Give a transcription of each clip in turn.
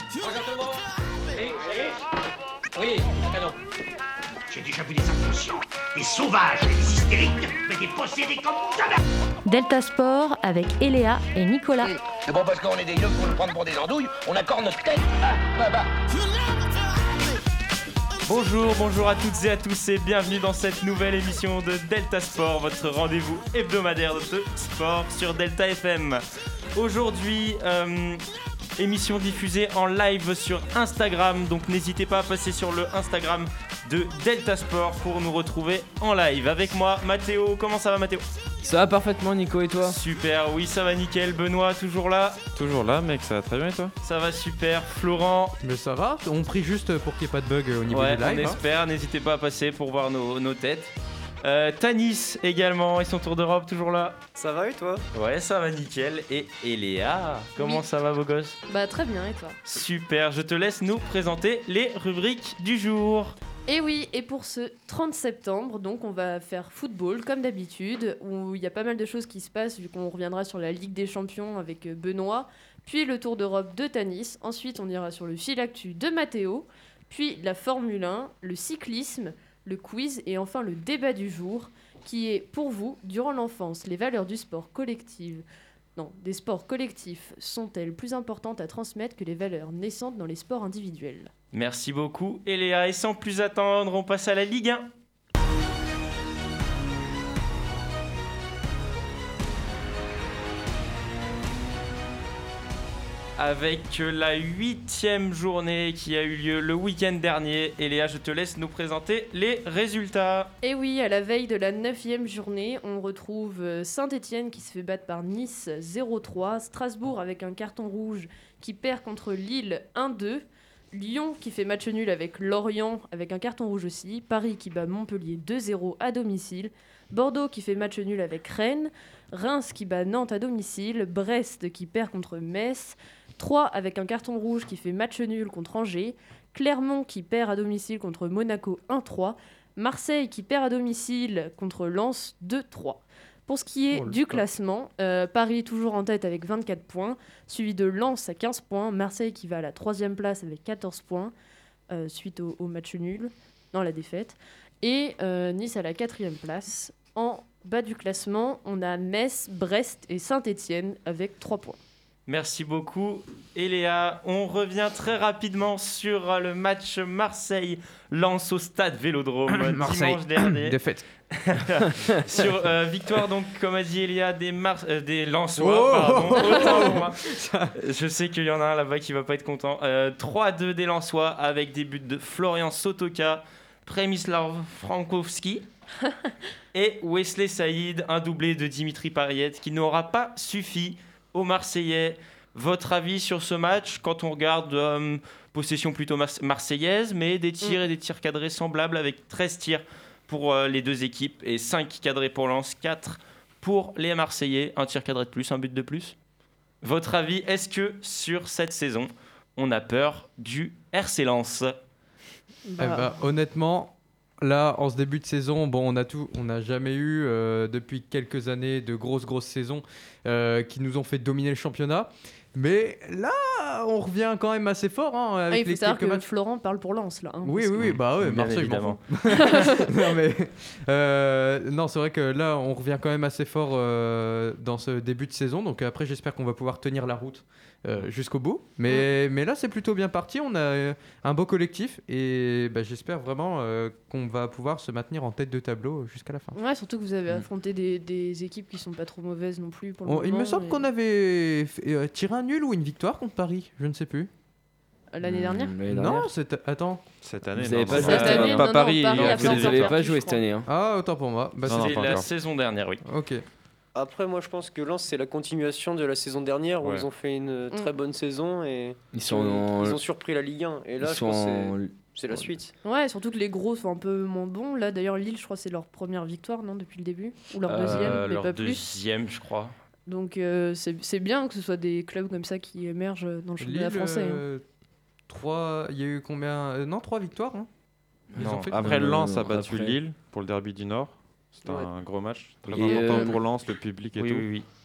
Regarde-moi. Oui, canon. J'ai déjà vu des inconscients, des sauvages, des hystériques, mais des possédés comme jamais. Delta Sport avec Eléa et Nicolas. C'est bon parce qu'on est des yeux pour nous prendre pour des andouilles, on accorde notre tête. Bah. Bonjour à toutes et à tous et bienvenue dans cette nouvelle émission de Delta Sport, votre rendez-vous hebdomadaire de sport sur Delta FM. Aujourd'hui, émission diffusée en live sur Instagram, donc n'hésitez pas à passer sur le Instagram de Delta Sport pour nous retrouver en live. Avec moi, Mathéo. Comment ça va, Mathéo ? Ça va parfaitement, Nico, et toi ? Super, oui, ça va nickel. Benoît, toujours là ? Toujours là, mec, ça va très bien, et toi ? Ça va super. Florent ? Mais ça va, on prie juste pour qu'il n'y ait pas de bug au niveau ouais, du live. On espère, n'hésitez pas à passer pour voir nos têtes. Tanis également, et son tour d'Europe, toujours là. Ça va et toi ? Ouais, ça va nickel. Et Eléa, comment ça va, beau gosse ? Bah très bien, et toi ? Super, je te laisse nous présenter les rubriques du jour. Et oui, et pour ce 30 septembre, donc on va faire football comme d'habitude, où il y a pas mal de choses qui se passent, vu qu'on reviendra sur la Ligue des Champions avec Benoît, puis le Tour d'Europe de Tanis, ensuite on ira sur le fil actu de Mathéo, puis la Formule 1, le cyclisme, le quiz et enfin le débat du jour, qui est pour vous, durant l'enfance, les valeurs du sport collectif. Non, des sports collectifs sont-elles plus importantes à transmettre que les valeurs naissantes dans les sports individuels ? Merci beaucoup, Eléa. Et sans plus attendre, on passe à la Ligue 1. Avec la 8e journée qui a eu lieu le week-end dernier. Eléa, je te laisse nous présenter les résultats. Et oui, à la veille de la 9e journée, on retrouve Saint-Etienne qui se fait battre par Nice 0-3, Strasbourg avec un carton rouge qui perd contre Lille 1-2, Lyon qui fait match nul avec Lorient avec un carton rouge aussi, Paris qui bat Montpellier 2-0 à domicile, Bordeaux qui fait match nul avec Rennes, Reims qui bat Nantes à domicile, Brest qui perd contre Metz, Troyes avec un carton rouge qui fait match nul contre Angers, Clermont qui perd à domicile contre Monaco 1-3, Marseille qui perd à domicile contre Lens 2-3. Pour ce qui est du classement, Paris toujours en tête avec 24 points, suivi de Lens à 15 points, Marseille qui va à la 3e place avec 14 points, suite au match nul, non la défaite, et Nice à la 4e place. En bas du classement, on a Metz, Brest et Saint-Etienne avec 3 points. Merci beaucoup, Eléa. On revient très rapidement sur le match Marseille-Lens au stade Vélodrome dimanche dernier. Défaite. Sur victoire, donc, comme a dit Eléa, des Lensois. Pardon, autant pour moi. Je sais qu'il y en a un là-bas qui va pas être content. 3-2 des Lensois avec des buts de Florian Sotoka, Przemysław Frankowski et Wesley Saïd, un doublé de Dimitri Payet qui n'aura pas suffi aux Marseillais. Votre avis sur ce match quand on regarde possession plutôt marseillaise, mais des tirs et des tirs cadrés semblables avec 13 tirs pour les deux équipes et 5 cadrés pour Lens, 4 pour les Marseillais, un tir cadré de plus, un but de plus. Votre avis, est-ce que sur cette saison, on a peur du RC Lens ? Honnêtement, là, en ce début de saison, on n'a jamais eu depuis quelques années de grosses saisons qui nous ont fait dominer le championnat. Mais là, on revient quand même assez fort. Avec il faut savoir que Florent parle pour Lens là. Oui, Marseille, évidemment. Non, c'est vrai que là, on revient quand même assez fort dans ce début de saison. Donc après, j'espère qu'on va pouvoir tenir la route jusqu'au bout. Mais là, c'est plutôt bien parti. On a un beau collectif et j'espère vraiment qu'on va pouvoir se maintenir en tête de tableau jusqu'à la fin. Ouais, surtout que vous avez affronté des équipes qui sont pas trop mauvaises non plus pour le moment. Il me semble qu'on avait tiré un nul ou une victoire contre Paris, je ne sais plus. L'année dernière ? Non, attends. Cette année, vous n'avez pas joué cette année, pas Paris, Paris vous n'avez pas joué cette année. Ah, autant pour moi. C'était la saison dernière, oui. Ok. Après, moi, je pense que Lens, c'est la continuation de la saison dernière où ils ont fait une très bonne saison et ils ont surpris la Ligue 1. Et là, je pense que c'est la suite. Ouais, surtout que les gros sont un peu moins bons. Là, d'ailleurs, Lille, je crois que c'est leur première victoire, non, depuis le début ? Ou leur deuxième, mais leur pas plus. deuxième, je crois. Donc, c'est bien que ce soit des clubs comme ça qui émergent dans le championnat français. Il y a eu combien ? Non, 3 victoires. Non. Après, Lens a battu Lille pour le derby du Nord. C'était un gros match. Très important pour Lens, le public et tout. Oui.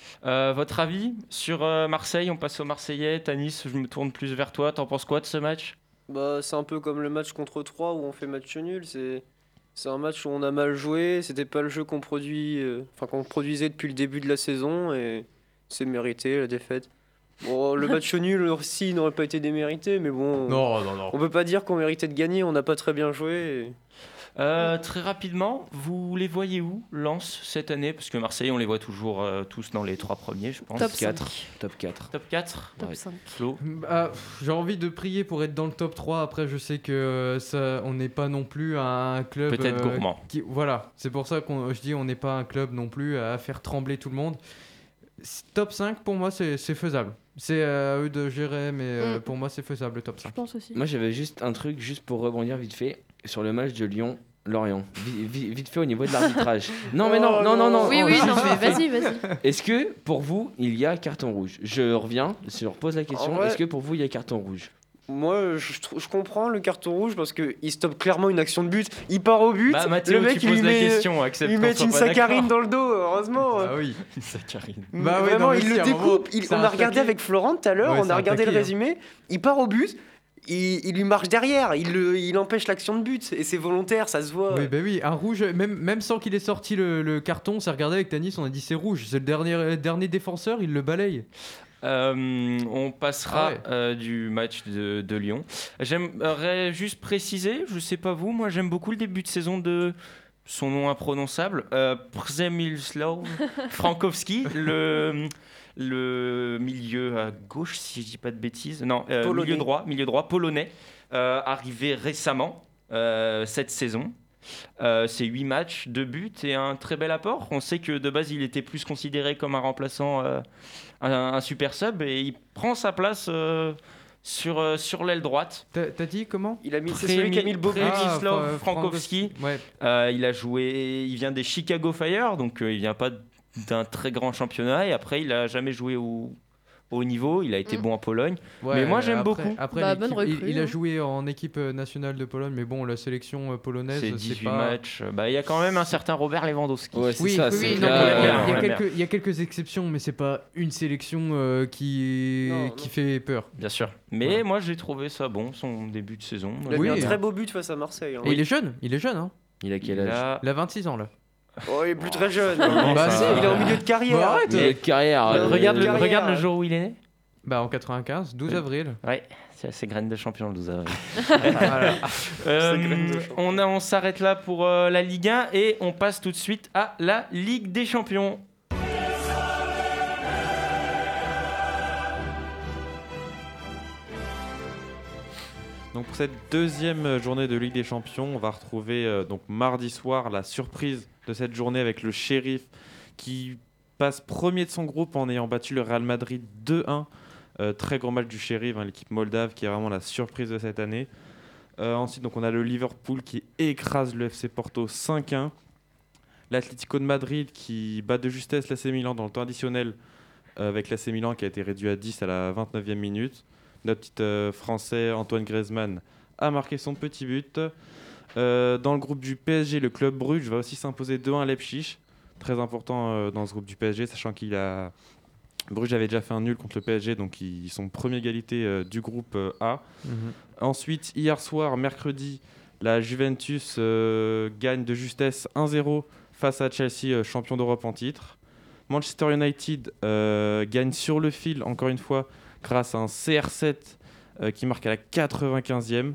Votre avis sur Marseille? On passe aux Marseillais. Tanis, je me tourne plus vers toi. T'en penses quoi de ce match? C'est un peu comme le match contre 3 où on fait match nul. C'est un match où on a mal joué. C'était pas le jeu qu'on produisait depuis le début de la saison et c'est mérité la défaite. Bon, le match nul aussi n'aurait pas été démérité, mais bon. Non. On peut pas dire qu'on méritait de gagner. On n'a pas très bien joué. Très rapidement, vous les voyez où, Lens, cette année? Parce que Marseille, on les voit toujours tous dans les 3 premiers, je pense. Top 4. 5. Top 4. Top 4. Top 5. Flo. J'ai envie de prier pour être dans le top 3. Après, je sais que on n'est pas non plus un club. Peut-être gourmand. Voilà, c'est pour ça je dis on n'est pas un club non plus à faire trembler tout le monde. Top 5, pour moi, c'est faisable. C'est à eux de gérer, mais pour moi, c'est faisable, le top 5. Je pense aussi. Moi, j'avais juste un truc, juste pour rebondir vite fait, sur le match de Lyon-Lorient. Vite fait au niveau de l'arbitrage. Non. Oui, non, mais vas-y. Est-ce que, pour vous, il y a carton rouge? Je reviens, je repose la question. vrai, est-ce que pour vous, il y a carton rouge? Moi, je comprends le carton rouge parce qu'il stoppe clairement une action de but. Il part au but. Mathéo, le mec, tu poses la question. Accepte il qu'on met soit une pas saccharine d'accord. dans le dos, heureusement. Ah oui. Une saccharine. Vraiment, il le découpe. On a regardé avec Florent tout à l'heure, Ouais, on c'est a un regardé le taquet, résumé. Il part au but. Il lui marche derrière, il empêche l'action de but et c'est volontaire, ça se voit. Oui, un rouge, même sans qu'il ait sorti le carton, c'est regardé avec Tanis, on a dit c'est rouge, c'est le dernier défenseur, il le balaye. On passera du match de Lyon. J'aimerais juste préciser, je sais pas vous, moi j'aime beaucoup le début de saison de son nom imprononçable, Przemysław Frankowski, le milieu à gauche, si je dis pas de bêtises, non, milieu droit polonais, arrivé récemment cette saison. C'est 8 matchs, 2 buts et un très bel apport. On sait que de base il était plus considéré comme un remplaçant, un super sub, et il prend sa place sur l'aile droite. T'as dit comment? C'est celui qui a mis le beau but. Przemysław Frankowski. Ouais. Il a joué, il vient des Chicago Fire, donc il vient pas d'un très grand championnat, et après il a jamais joué au haut niveau, il a été bon en Pologne, mais moi j'aime beaucoup. Après, bonne recrue, il a joué en équipe nationale de Pologne, mais bon, la sélection polonaise, c'est 18 pas... matchs. Il y a quand même un certain Robert Lewandowski. Ouais, c'est Oui, ça. oui, c'est non, là, il y a quelques exceptions, mais c'est pas une sélection qui fait peur. Bien sûr. Mais moi j'ai trouvé ça bon, son début de saison. Il a mis un très beau but face à Marseille. Et il est jeune, hein. Il a quel âge? Il a 26 ans là. Oh, il est plus très jeune. Si. Il est en milieu de carrière. Bah, arrête. Il a une carrière. Regarde le jour où il est né. En 95, 12 avril. Ouais, c'est graine de champion le 12 avril. Voilà. On s'arrête là pour la Ligue 1 et on passe tout de suite à la Ligue des Champions. Donc pour cette deuxième journée de Ligue des Champions, on va retrouver donc mardi soir la surprise de cette journée avec le Sheriff qui passe premier de son groupe en ayant battu le Real Madrid 2-1. Très gros match du Sheriff, l'équipe moldave qui est vraiment la surprise de cette année. Ensuite, donc, on a le Liverpool qui écrase le FC Porto 5-1. L'Atlético de Madrid qui bat de justesse l'AC Milan dans le temps additionnel avec l'AC Milan qui a été réduit à 10 à la 29e minute. Notre petit Français Antoine Griezmann a marqué son petit but. Dans le groupe du PSG, le club Bruges va aussi s'imposer 2-1 à Leipzig. Très important dans ce groupe du PSG, sachant Bruges avait déjà fait un nul contre le PSG, donc ils sont première égalité du groupe A. Ensuite, hier soir, mercredi, la Juventus gagne de justesse 1-0 face à Chelsea, champion d'Europe en titre. Manchester United gagne sur le fil, encore une fois, grâce à un CR7 qui marque à la 95e.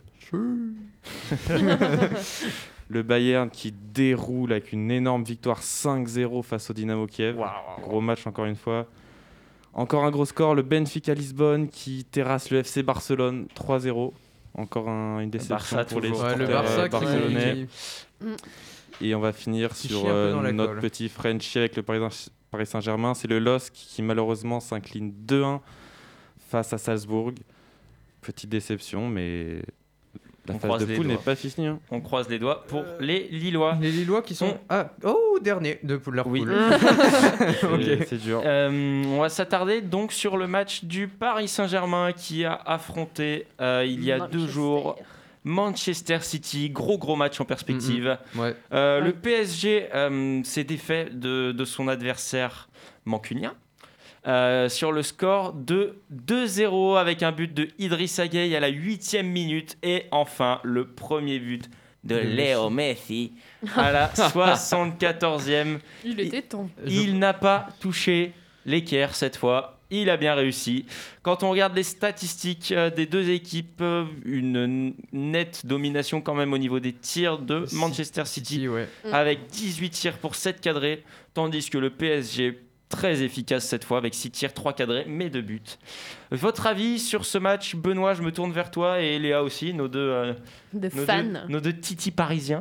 Le Bayern qui déroule avec une énorme victoire 5-0 face au Dynamo Kiev. Gros match encore une fois. Encore un gros score, le Benfica Lisbonne qui terrasse le FC Barcelone 3-0. Encore une déception Barça, pour les toujours. Le Barça barcelonais. Et on va finir Qui sur chie un peu dans la notre colle. petit Frenchie avec le Paris Saint-Germain. C'est le LOSC qui malheureusement s'incline 2-1 face à Salzbourg. Petite déception, mais la phase de poule n'est pas finie. Hein. On croise les doigts pour les Lillois. Les Lillois qui sont dernier de leur poule. C'est dur. On va s'attarder donc sur le match du Paris Saint-Germain qui a affronté il y a 2 jours Manchester City. Gros match en perspective. Ouais. Le PSG s'est défait de son adversaire mancunien. sur le score de 2-0 avec un but de Idrissa Gueye à la 8e minute et enfin le premier but de Léo Messi à la 74e. Il était temps. Il n'a pas touché l'équerre cette fois. Il a bien réussi. Quand on regarde les statistiques des deux équipes, une nette domination quand même au niveau des tirs de Manchester City, ouais. avec 18 tirs pour 7 cadrés, tandis que le PSG, très efficace cette fois, avec 6 tirs, 3 cadrés, mais 2 buts. Votre avis sur ce match, Benoît, je me tourne vers toi, et Léa aussi, nos deux titis parisiens.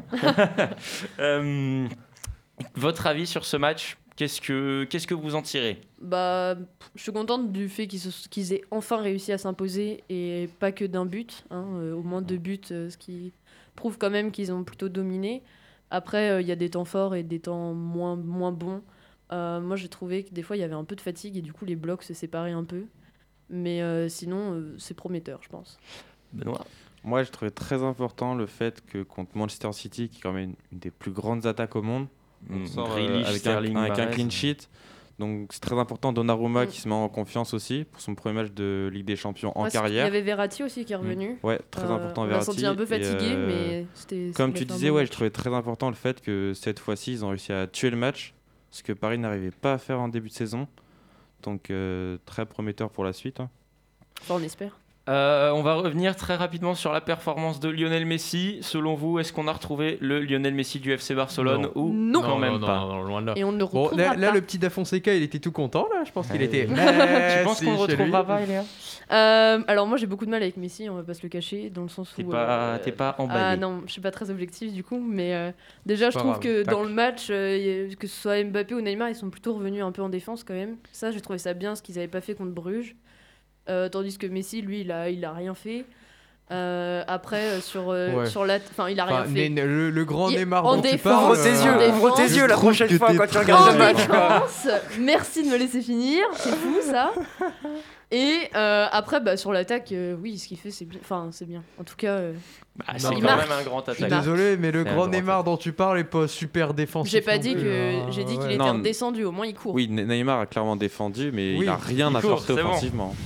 Votre avis sur ce match, qu'est-ce que vous en tirez ? Bah, je suis contente du fait qu'ils aient enfin réussi à s'imposer et pas que d'un but, au moins 2 buts, ce qui prouve quand même qu'ils ont plutôt dominé. Après, il y a des temps forts et des temps moins bons. Moi, j'ai trouvé que des fois, il y avait un peu de fatigue et du coup, les blocs se séparaient un peu. Mais sinon, c'est prometteur, je pense. Benoît ? Moi, je trouvais très important le fait que contre Manchester City, qui est quand même une des plus grandes attaques au monde, on sort avec un clean sheet. Donc c'est très important. Donnarumma qui se met en confiance aussi pour son premier match de Ligue des Champions en carrière. Il y avait Verratti aussi qui est revenu. Ouais, très important on Verratti. On l'a senti un peu fatigué, mais c'était... Comme tu disais, je trouvais très important le fait que cette fois-ci, ils ont réussi à tuer le match, ce que Paris n'arrivait pas à faire en début de saison. Donc très prometteur pour la suite. Enfin, on espère. On va revenir très rapidement sur la performance de Lionel Messi. Selon vous, est-ce qu'on a retrouvé le Lionel Messi du FC Barcelone ou non. quand même pas loin de là. Et on ne le retrouvera là, pas. le petit Da Fonseca, il était tout content là. Je pense qu'il était. Tu penses qu'on ne retrouvera pas, Eléa ? Alors moi j'ai beaucoup de mal avec Messi, on va pas se le cacher, dans le sens où... T'es pas emballé. Ah non, je suis pas très objective du coup, mais déjà je trouve que dans le match, que ce soit Mbappé ou Neymar, ils sont plutôt revenus un peu en défense quand même. Ça, j'ai trouvé ça bien, ce qu'ils avaient pas fait contre Bruges. Tandis que Messi, lui, il a rien fait. Après, sur la... Enfin, il a rien fait. Le grand Neymar en dont tu défense, parles... Ouvre tes yeux la prochaine fois quand tu regardes le match. Merci de me laisser finir, c'est fou ça. Et après, sur l'attaque, oui, ce qu'il fait, c'est bien. Enfin, c'est bien. En tout cas, c'est quand marque. même un grand Je suis attaquant. désolé, mais le C'est un grand grand Neymar dont tu parles est pas super défensif. J'ai pas non dit plus, que j'ai dit qu'il était Non. redescendu. Au moins, il court. Oui, Neymar a clairement défendu, mais il n'a rien il à court, apporter c'est bon. offensivement.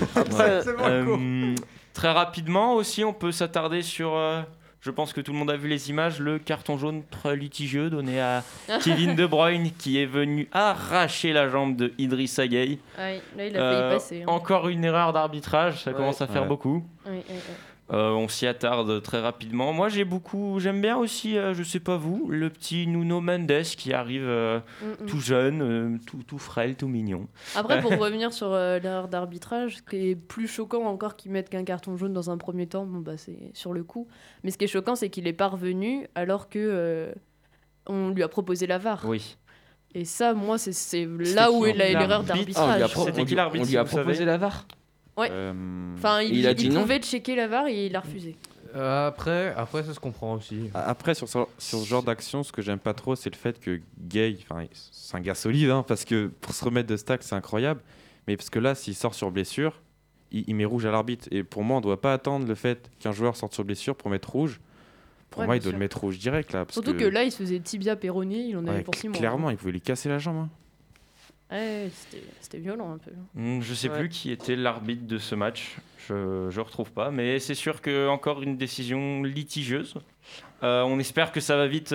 Très rapidement aussi, on peut s'attarder sur... je pense que tout le monde a vu les images, le carton jaune très litigieux donné à Kevin De Bruyne qui est venu arracher la jambe de Idrissa Gueye. Ouais, là, il a failli passer. Encore une erreur d'arbitrage, ça commence à faire beaucoup. Ouais. On s'y attarde très rapidement. Moi, j'aime bien aussi, je sais pas vous, le petit Nuno Mendes qui arrive tout jeune, tout frêle, tout mignon. Après, pour revenir sur l'erreur d'arbitrage, ce qui est plus choquant encore qu'ils mettent qu'un carton jaune dans un premier temps, c'est sur le coup. Mais ce qui est choquant, c'est qu'il est pas revenu alors que on lui a proposé la VAR. Oui. Et ça, moi, c'est là où est l'erreur d'arbitrage. C'était qui l'arbitre, On lui a vous savez proposé la VAR. Ouais. Enfin, il a dit non. pouvait checker la VAR et il a refusé. Après, ça se comprend aussi. Après, sur ce genre d'action, ce que j'aime pas trop, c'est le fait que Gay, c'est un gars solide, parce que pour se remettre de stack, c'est incroyable. Mais parce que là, s'il sort sur blessure, il met rouge à l'arbitre. Et pour moi, on ne doit pas attendre le fait qu'un joueur sorte sur blessure pour mettre rouge. Pour moi, il doit le mettre rouge direct. Là, parce Surtout que là, il se faisait tibia péroné, il en avait pour 6 mois. Clairement, il pouvait lui casser la jambe. Ouais, c'était violent un peu. Je sais plus qui était l'arbitre de ce match. Je retrouve pas, mais c'est sûr que encore une décision litigieuse. On espère que ça va vite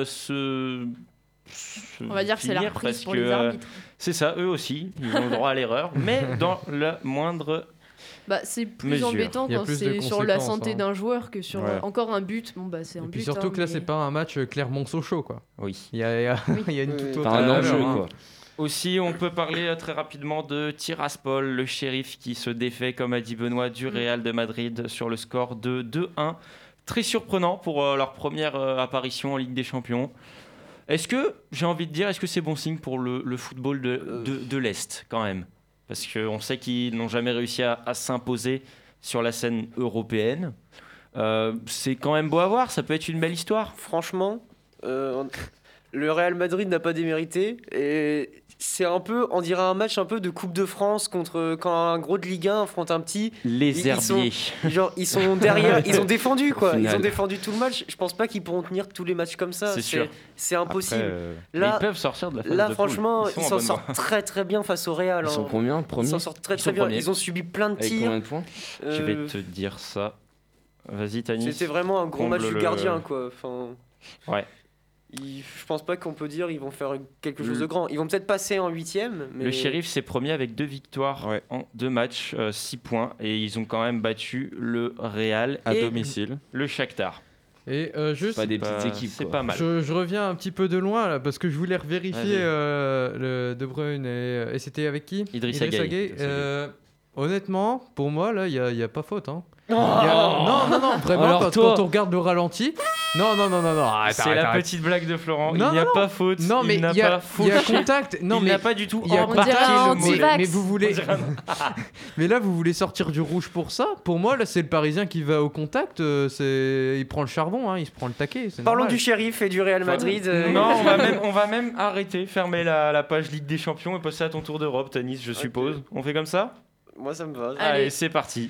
on va dire que c'est la reprise pour les arbitres. C'est ça, eux aussi, ils ont le droit à l'erreur, mais dans la moindre c'est plus mesure. Il y a quand c'est sur la santé d'un joueur que sur encore un but. C'est un but. Et puis surtout que là, c'est pas un match Clermont-Sochaux, quoi. Oui. Il y a une toute autre un enjeu, quoi. Aussi, on peut parler très rapidement de Tiraspol, le shérif qui se défait, comme a dit Benoît, du Real de Madrid sur le score de 2-1. Très surprenant pour leur première apparition en Ligue des Champions. Est-ce que c'est bon signe pour le football de l'Est, quand même ? Parce qu'on sait qu'ils n'ont jamais réussi à s'imposer sur la scène européenne. C'est quand même beau à voir, ça peut être une belle histoire. Franchement, le Real Madrid n'a pas démérité et c'est un peu, on dirait un match un peu de Coupe de France contre quand un gros de Ligue 1 affronte un petit. Les herbiers. Ils sont derrière, ils ont défendu quoi. Au Ils final. ont défendu tout le match. Je pense pas qu'ils pourront tenir tous les matchs comme ça. C'est sûr. C'est impossible. Mais Là, ils peuvent sortir de la phase là, de franchement, poule. ils en s'en bonne sortent voie. très très bien face au Real. Ils sont hein. combien Ils premiers s'en sortent très Ils très sont bien. premiers. Ils ont subi plein de Avec tirs. combien de points? Je vais te dire ça. Vas-y, Tanis. C'était vraiment un gros match Comble du le- gardien quoi. Enfin, Ouais. je pense pas qu'on peut dire ils vont faire quelque chose de grand. Ils vont peut-être passer en 8ème. Mais... Le Sheriff c'est premier avec 2 victoires Ouais. en 2 matchs, 6 points. Et ils ont quand même battu le Real À et domicile. le Shakhtar. Et juste, Pas des petites équipes. C'est quoi. pas mal. je reviens un petit peu de loin là parce que je voulais revérifier Vas-y. le De Bruyne et c'était avec qui? Idrissa Gueye. Honnêtement, pour moi là, il y a pas faute. Hein. Oh Non, vraiment, Alors quand on regarde le ralenti. Non, arrête, C'est arrête, la arrête. petite blague de Florent. Non, il n'y a non, pas faute. Non, mais il n'a il y a pas fauché. contact. Non, il mais n'a pas du tout il y a embarqué contact. le On dirait mollet. un mais vous voulez. On dirait Mais là, vous voulez sortir du rouge pour ça? Pour moi, là, c'est le Parisien qui va au contact. Il prend le charbon, hein, il se prend le taquet. c'est Parlons normal. du Sheriff et du Real Madrid. Non, on va même arrêter, fermer la page Ligue des Champions et passer à ton tour d'Europe, Tanis, je suppose. On fait comme ça? Moi ça me va. Allez, c'est parti.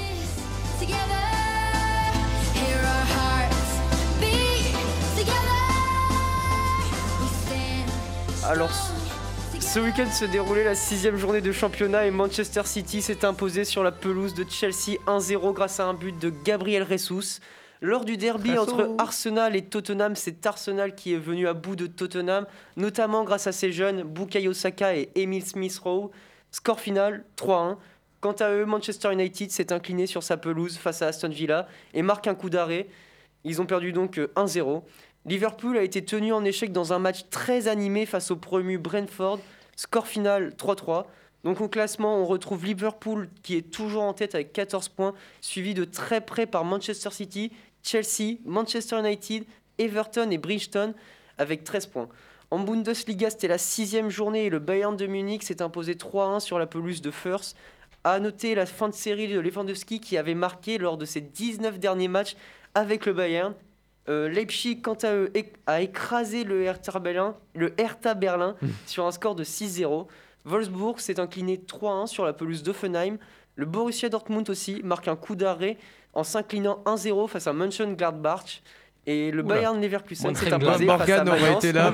Alors, ce week-end se déroulait la 6ème journée de championnat et Manchester City s'est imposé sur la pelouse de Chelsea 1-0 grâce à un but de Gabriel Jesus. Lors du derby entre Arsenal et Tottenham, c'est Arsenal qui est venu à bout de Tottenham, notamment grâce à ses jeunes Bukayo Saka et Emil Smith-Rowe. Score final 3-1. Quant à eux, Manchester United s'est incliné sur sa pelouse face à Aston Villa et marque un coup d'arrêt. Ils ont perdu donc 1-0. Liverpool a été tenu en échec dans un match très animé face au promu Brentford. Score final 3-3. Donc au classement, on retrouve Liverpool qui est toujours en tête avec 14 points, suivi de très près par Manchester City, Chelsea, Manchester United, Everton et Bridgestone avec 13 points. En Bundesliga, c'était la 6ème journée et le Bayern de Munich s'est imposé 3-1 sur la pelouse de Fürth. À noter la fin de série de Lewandowski qui avait marqué lors de ses 19 derniers matchs avec le Bayern. Leipzig, quant à eux, a écrasé le Hertha Berlin sur un score de 6-0. Wolfsburg s'est incliné 3-1 sur la pelouse d'Offenheim. Le Borussia Dortmund aussi marque un coup d'arrêt en s'inclinant 1-0 face à Mönchengladbach. Et le Bayern Leverkusen s'est imposé face à Morgan aurait Mayence été là.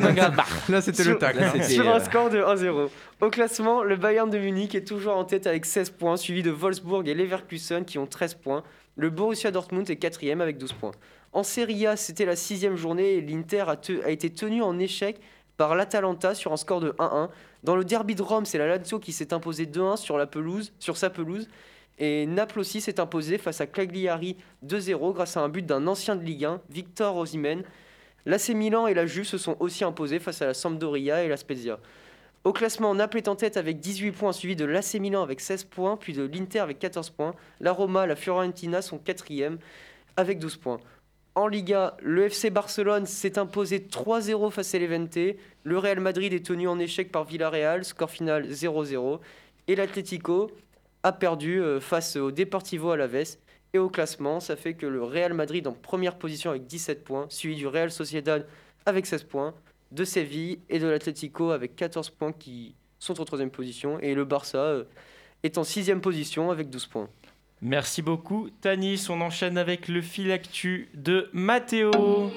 Là, c'était le tac. Là, c'était, sur un score de 1-0. Au classement, le Bayern de Munich est toujours en tête avec 16 points, suivi de Wolfsburg et Leverkusen qui ont 13 points. Le Borussia Dortmund est 4ème avec 12 points. En Serie A, c'était la 6ème journée et l'Inter a été tenu en échec par l'Atalanta sur un score de 1-1. Dans le derby de Rome, c'est la Lazio qui s'est imposée 2-1 sur sa pelouse. Et Naples aussi s'est imposé face à Cagliari 2-0 grâce à un but d'un ancien de Ligue 1, Victor Osimhen. L'AC Milan et la Juve se sont aussi imposés face à la Sampdoria et la Spezia. Au classement, Naples est en tête avec 18 points, suivi de l'AC Milan avec 16 points, puis de l'Inter avec 14 points. La Roma, la Fiorentina sont 4e avec 12 points. En Liga, le FC Barcelone s'est imposé 3-0 face à Levante. Le Real Madrid est tenu en échec par Villarreal, score final 0-0. Et l'Atlético a perdu face au Deportivo Alavés. Et au classement, ça fait que le Real Madrid en première position avec 17 points, suivi du Real Sociedad avec 16 points, de Séville et de l'Atlético avec 14 points qui sont en troisième position. Et le Barça est en sixième position avec 12 points. Merci beaucoup, Tanis. On enchaîne avec le fil actu de Mathéo.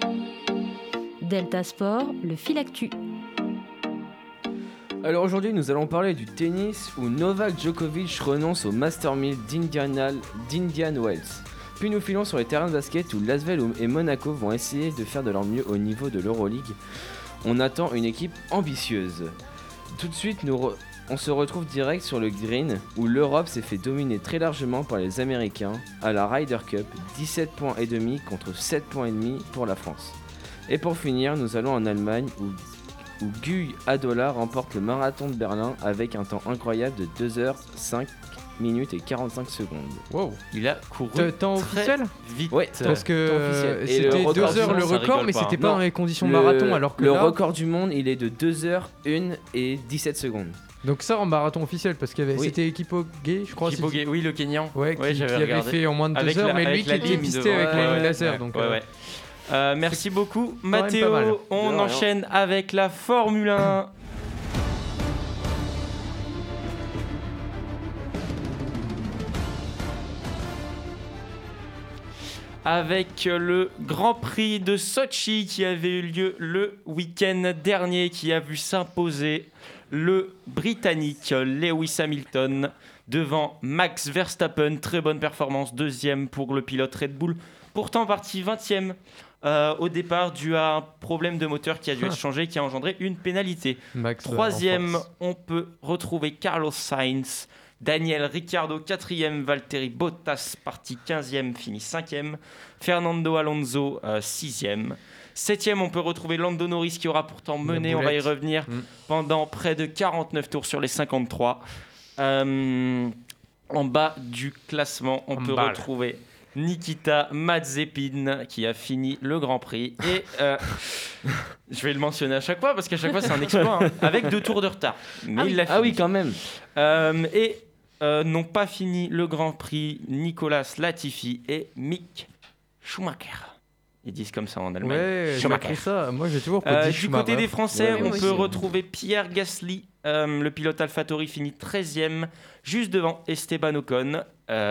Delta Sport, le fil actu. Alors aujourd'hui, nous allons parler du tennis où Novak Djokovic renonce au Master 1000 d'Indian Wells. Puis nous filons sur les terrains de basket où Lasvel et Monaco vont essayer de faire de leur mieux au niveau de l'Euroleague. On attend une équipe ambitieuse. Tout de suite, on se retrouve direct sur le green où l'Europe s'est fait dominer très largement par les Américains à la Ryder Cup, 17 points et demi contre 7 points et demi pour la France. Et pour finir, nous allons en Allemagne où Guy Adola remporte le marathon de Berlin avec un temps incroyable de 2h05 minutes et 45 secondes. Wow. Il a couru Temps très officiel? vite. Ouais, Parce que Et le c'était record 2 du heures monde, le ça record, rigole mais pas, c'était hein. pas Non. dans les conditions marathon, alors que le là... record du monde, il est de 2h01 et 17 secondes. Donc ça en marathon officiel, parce qu'il y avait... Oui. C'était Kipchoge, je crois. Kipchoge, oui, le Kenyan. Ouais, qui j'avais avait regardé. fait en moins de 2 Avec heures, la- mais lui avec qui la était ligne pisté devant. avec Ouais, les ouais, lasers. ouais, Donc, ouais, ouais. Merci beaucoup, quand même pas Mathéo. mal. On De rien. enchaîne avec la Formule 1. avec le Grand Prix de Sochi qui avait eu lieu le week-end dernier, qui a vu s'imposer le Britannique Lewis Hamilton devant Max Verstappen. Très bonne performance, deuxième pour le pilote Red Bull, pourtant parti 20e au départ dû à un problème de moteur qui a dû être changé, qui a engendré une pénalité. Max, Troisième, en force. on peut retrouver Carlos Sainz, Daniel Ricciardo 4e, Valtteri Bottas parti 15e, fini 5e, Fernando Alonso 6e. 7e, on peut retrouver Lando Norris qui aura pourtant mené, on va y revenir, pendant près de 49 tours sur les 53. En bas du classement, on peut retrouver Nikita Mazepin qui a fini le Grand Prix. Et je vais le mentionner à chaque fois parce qu'à chaque fois c'est un exploit, hein, avec 2 tours de retard. Mais il l'a fini. Ah oui, quand même. N'ont pas fini le Grand Prix Nicolas Latifi et Mick Schumacher. Ils disent comme ça en Allemagne. Ouais, j'ai appris ça. Moi, j'ai toujours dit Du Schumacher. côté des Français, Ouais, on moi peut aussi. retrouver Pierre Gasly. Le pilote AlphaTauri finit 13e, juste devant Esteban Ocon,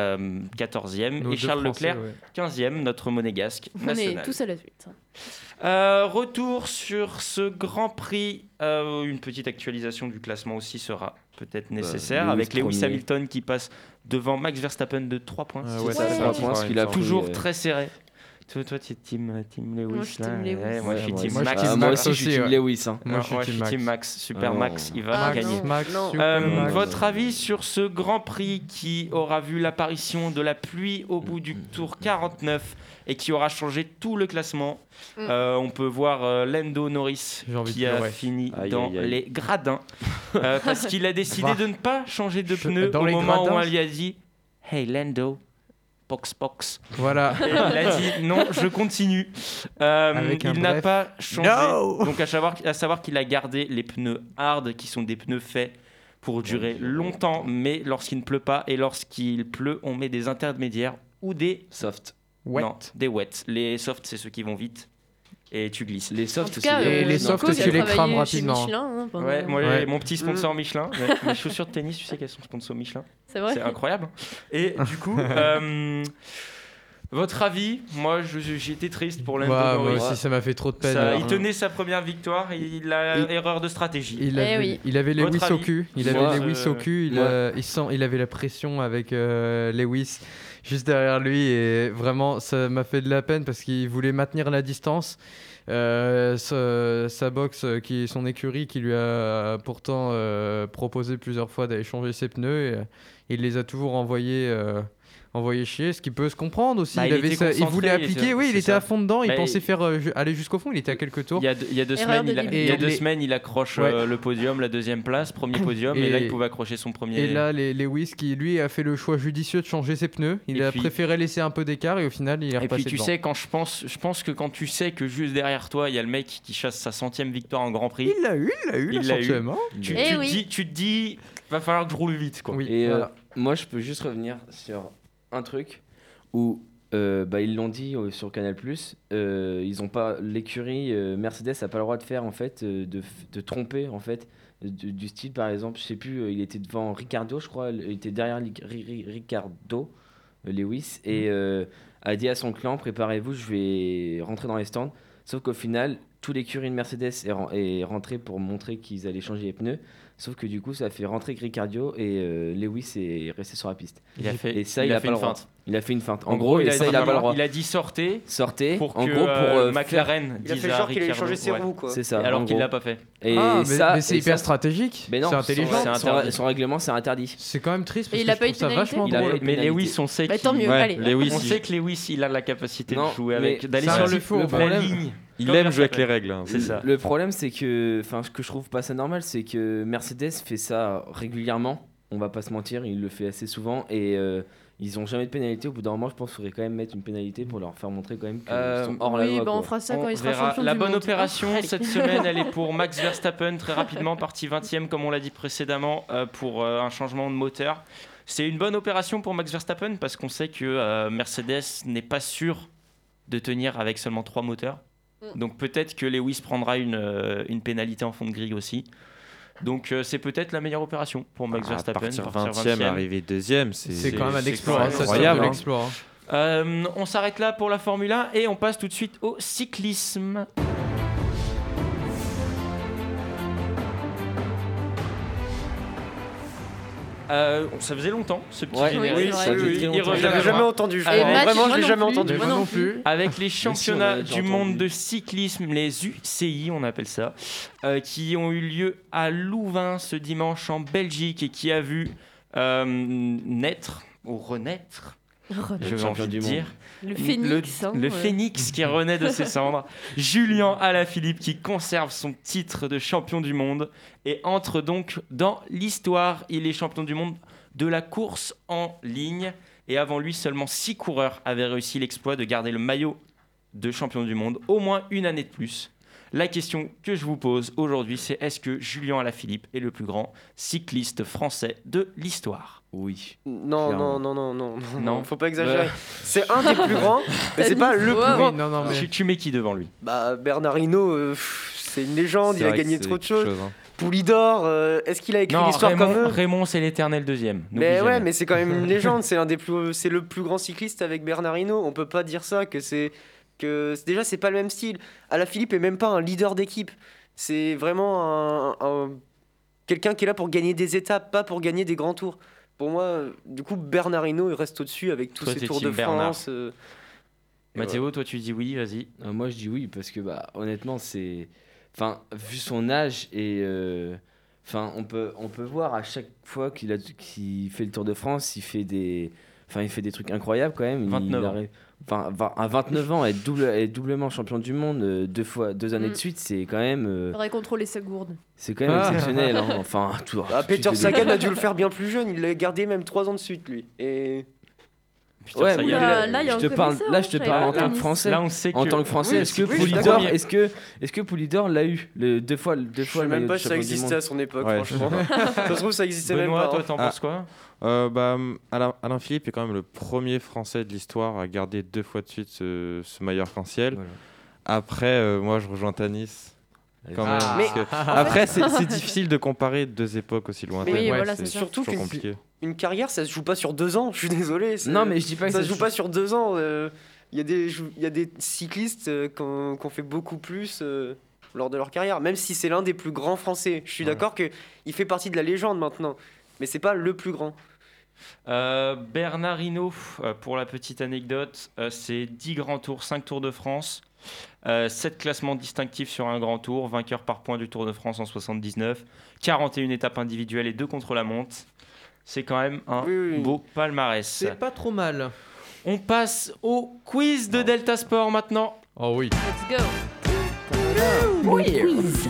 14e, Nos et deux Charles Français, Leclerc, ouais. 15e, notre monégasque On est national. tous à la suite. Retour sur ce Grand Prix. Une petite actualisation du classement aussi sera peut-être nécessaire, Lewis avec Lewis premier. Hamilton qui passe devant Max Verstappen de 3 points. Ah C'est ouais, ça, ça, c'est je pense qu'il a pris, toujours très serré. Toi, tu es team Lewis. Moi, je suis là. team Lewis. Ouais, moi, je suis Ouais, team moi, je Max. suis team moi Max aussi, je suis aussi, team ouais. Lewis. Hein. Moi, Moi, je suis team Max. Super Ah, Max, il va Ah, gagner. non. Max, Non. Super Max. Votre avis sur ce Grand Prix qui aura vu l'apparition de la pluie au bout du tour 49 et qui aura changé tout le classement. On peut voir Lando Norris J'ai envie qui de a pleurer. fini Aïe, dans aïe, aïe. les gradins parce qu'il a décidé de ne pas changer de pneus Dans au les moment où gradins. on lui a dit « Hey Lando, box ». Voilà. Et il a dit non, je continue. Avec un Il n'a bref. pas changé. No. Donc à savoir qu'il a gardé les pneus hard, qui sont des pneus faits pour durer longtemps, mais lorsqu'il ne pleut pas et lorsqu'il pleut, on met des intermédiaires ou des Soft. Ouais. non, des wets. Les softs, c'est ceux qui vont vite et tu glisses. Les En softs, tout cas, c'est Et les Nico, softs, il a tu les travaillé crames chez rapidement. Michelin, hein, pendant- Ouais, moi, Ouais. mon petit sponsor Michelin, mes chaussures de tennis, tu sais qu'elles sont sponsor Michelin. C'est vrai. C'est incroyable. Et du coup, votre avis? Moi, j'ai été triste pour Lando Ouais, moi Norris. aussi, ça m'a fait trop de peine. Ça, il tenait sa première victoire et il a erreur de stratégie. Il avait, oui. il avait Votre Lewis avis au cul. Il Moi, avait Lewis au cul. Il avait la pression avec Lewis juste derrière lui. Et vraiment, ça m'a fait de la peine parce qu'il voulait maintenir la distance. Sa box, son écurie, qui lui a pourtant proposé plusieurs fois d'aller changer ses pneus. Et il les a toujours envoyé chier, ce qui peut se comprendre aussi. Bah, il il était voulait concentré, appliquer, oui, il c'est était ça. à fond dedans, il Bah, pensait faire aller jusqu'au fond, il était à quelques tours. Il y a 2 Erreur semaines, de il début. y a 2 les- semaines, il accroche Ouais. le podium, la 2e place, premier podium, et là il pouvait accrocher son premier. Et là, Lewis qui lui a fait le choix judicieux de changer ses pneus, il Et a puis- préféré laisser un peu d'écart et au final il est Et repassé puis tu devant. sais, quand je pense que quand tu sais que juste derrière toi, il y a le mec qui chasse sa 100e victoire en Grand Prix, Il l'a eu, Il la l'a eu. centième, hein. tu Eh te oui. dis, va falloir que je roule vite, quoi. Oui, Et voilà. moi, je peux juste revenir sur un truc où ils l'ont dit sur Canal+. Ils ont pas l'écurie Mercedes a pas le droit de faire en fait de tromper en fait du style par exemple, je sais plus, il était devant Ricciardo, je crois, il était derrière Ricciardo, Lewis, et a dit à son client préparez-vous, je vais rentrer dans les stands. Sauf qu'au final, tout l'écurie de Mercedes est rentré pour montrer qu'ils allaient changer les pneus. Sauf que du coup, ça a fait rentrer Ricciardo et Lewis est resté sur la piste. Il a fait, Et ça, il il a a fait pas une le droit. feinte. Il a fait une feinte. En gros, et ça, il a pas le droit. Il a dit sortez Sortez, pour en que gros, pour McLaren Il a dise fait à genre qu'il allait Ricciardo, changer ses ouais. roues, quoi. C'est ça. Alors en qu'il gros. l'a pas fait. Et Ah, ça, mais c'est et hyper ça, stratégique, mais non, c'est intelligent. c'est interdit. son règlement, c'est interdit. C'est quand même triste parce Et il que a je pas eu trouve de ça vachement pénalité. drôle. Mais pénalité. Lewis, on sait Bah, qu'il- tant mieux, Ouais, allez. Lewis, on il- sait que Lewis, il a la capacité Non, de jouer mais avec, d'aller c'est sur un petit faux, la problème. ligne. il Comme aime jouer avec Verstappen. les règles. Hein. C'est ça. Le problème, c'est que, enfin, ce que je trouve pas ça normal, c'est que Mercedes fait ça régulièrement. On va pas se mentir, il le fait assez souvent et ils ont jamais de pénalité. Au bout d'un moment, je pense qu'il faudrait quand même mettre une pénalité pour leur faire montrer quand même qu'ils sont hors la Oui, loi. bah, on quoi. fera ça On quand il sera verra. champion La du bonne monde. opération Allez. cette semaine, elle est pour Max Verstappen, très rapidement, parti 20e, comme on l'a dit précédemment, pour un changement de moteur. C'est une bonne opération pour Max Verstappen parce qu'on sait que Mercedes n'est pas sûr de tenir avec seulement 3 moteurs. Donc peut-être que Lewis prendra une pénalité en fond de grille aussi. Donc c'est peut-être la meilleure opération pour Max À Verstappen. partir partir 20e, arriver 2e, C'est quand même un c'est exploit, quand ça même c'est incroyable, un hein. exploit. On s'arrête là pour la Formule 1 et on passe tout de suite au cyclisme. Ça faisait longtemps ce petit générique. Oui, ça faisait très longtemps. Je l'avais jamais entendu. Et Match, Vraiment, je moi l'ai non jamais plus. entendu. Moi non plus. Avec les championnats déjà du monde entendu. de cyclisme, les UCI, on appelle ça, qui ont eu lieu à Louvain ce dimanche en Belgique et qui a vu naître ou renaître, je vais champion envie de du dire, Le phénix. le phénix qui renaît de ses cendres, Julien Alaphilippe qui conserve son titre de champion du monde et entre donc dans l'histoire. Il est champion du monde de la course en ligne et avant lui seulement 6 coureurs avaient réussi l'exploit de garder le maillot de champion du monde au moins une année de plus. La question que je vous pose aujourd'hui, c'est est-ce que Julien Alaphilippe est le plus grand cycliste français de l'histoire? Oui. Non, Clairement. non, faut pas exagérer. C'est un des plus grands, mais c'est pas le plus Ouais, grand. Oui, non, mais... Tu mets qui devant lui? Bah, Bernard Hinault, c'est une légende, il a gagné trop de choses. Hein. Poulidor, est-ce qu'il a écrit Non, l'histoire comme eux Raymond, c'est l'éternel deuxième. Mais N'oublie ouais, jamais. mais c'est quand même une légende, c'est le plus grand cycliste avec Bernard Hinault. On peut pas dire ça, déjà c'est pas le même style. Alaphilippe est même pas un leader d'équipe. C'est vraiment quelqu'un qui est là pour gagner des étapes, pas pour gagner des grands tours. Pour moi, du coup, Bernard Hinault il reste au-dessus avec tous Toi, ses t'es tours team de Bernard. France. Mathéo, toi tu dis oui, vas-y. Moi je dis oui parce que bah honnêtement c'est, enfin vu son âge et enfin on peut voir à chaque fois qu'il fait le Tour de France, il fait des trucs incroyables quand même. 29 ans. arrive, à 29 ans être doublement champion du monde 2 années de suite, c'est quand même Faudrait contrôler sa gourde. c'est quand même exceptionnel. Hein. Enfin tout. Peter Sagan a dû le faire bien plus jeune, il l'a gardé même 3 ans de suite lui. Et Putain, Ouais, ça mais y est. Oula, là, il y a je un te parle, connaisseur, là je te je parle en savais tant pas. que français. Là, on sait que. En tant que français, Oui, est-ce que oui, Poulidor, premier. est-ce que Poulidor l'a eu deux fois je sais le même maillot pas de si ça champion du existait monde. à son époque, Ouais, franchement. Ça se trouve, ça existait même Benoît, pas. toi, t'en penses quoi? Alain Philippe est quand même le premier Français de l'histoire à garder 2 fois de suite ce maillot arc-en-ciel. Voilà. Après, moi, je rejoins Tanis. Quand même, Ah. parce que après, c'est difficile de comparer 2 époques aussi lointaines. Oui, Ouais, voilà, c'est ça. Surtout toujours qu'une compliqué. une carrière, ça se joue pas sur 2 ans. Je suis désolé. Non mais je dis pas que ça se joue pas sur 2 ans. Il y a des cyclistes qui ont fait beaucoup plus lors de leur carrière, même si c'est l'un des plus grands Français. Je suis d'accord qu'il fait partie de la légende maintenant, mais c'est pas le plus grand. Bernard Hinault, pour la petite anecdote, c'est 10 grands tours, 5 Tours de France, 7 classements distinctifs sur un grand tour, vainqueur par points du Tour de France en 79, 41 étapes individuelles et 2 contre-la-montre. C'est quand même un Oui. beau palmarès. C'est pas trop mal. On passe au quiz de Delta Sport maintenant. Oh oui. Let's go. Le quiz.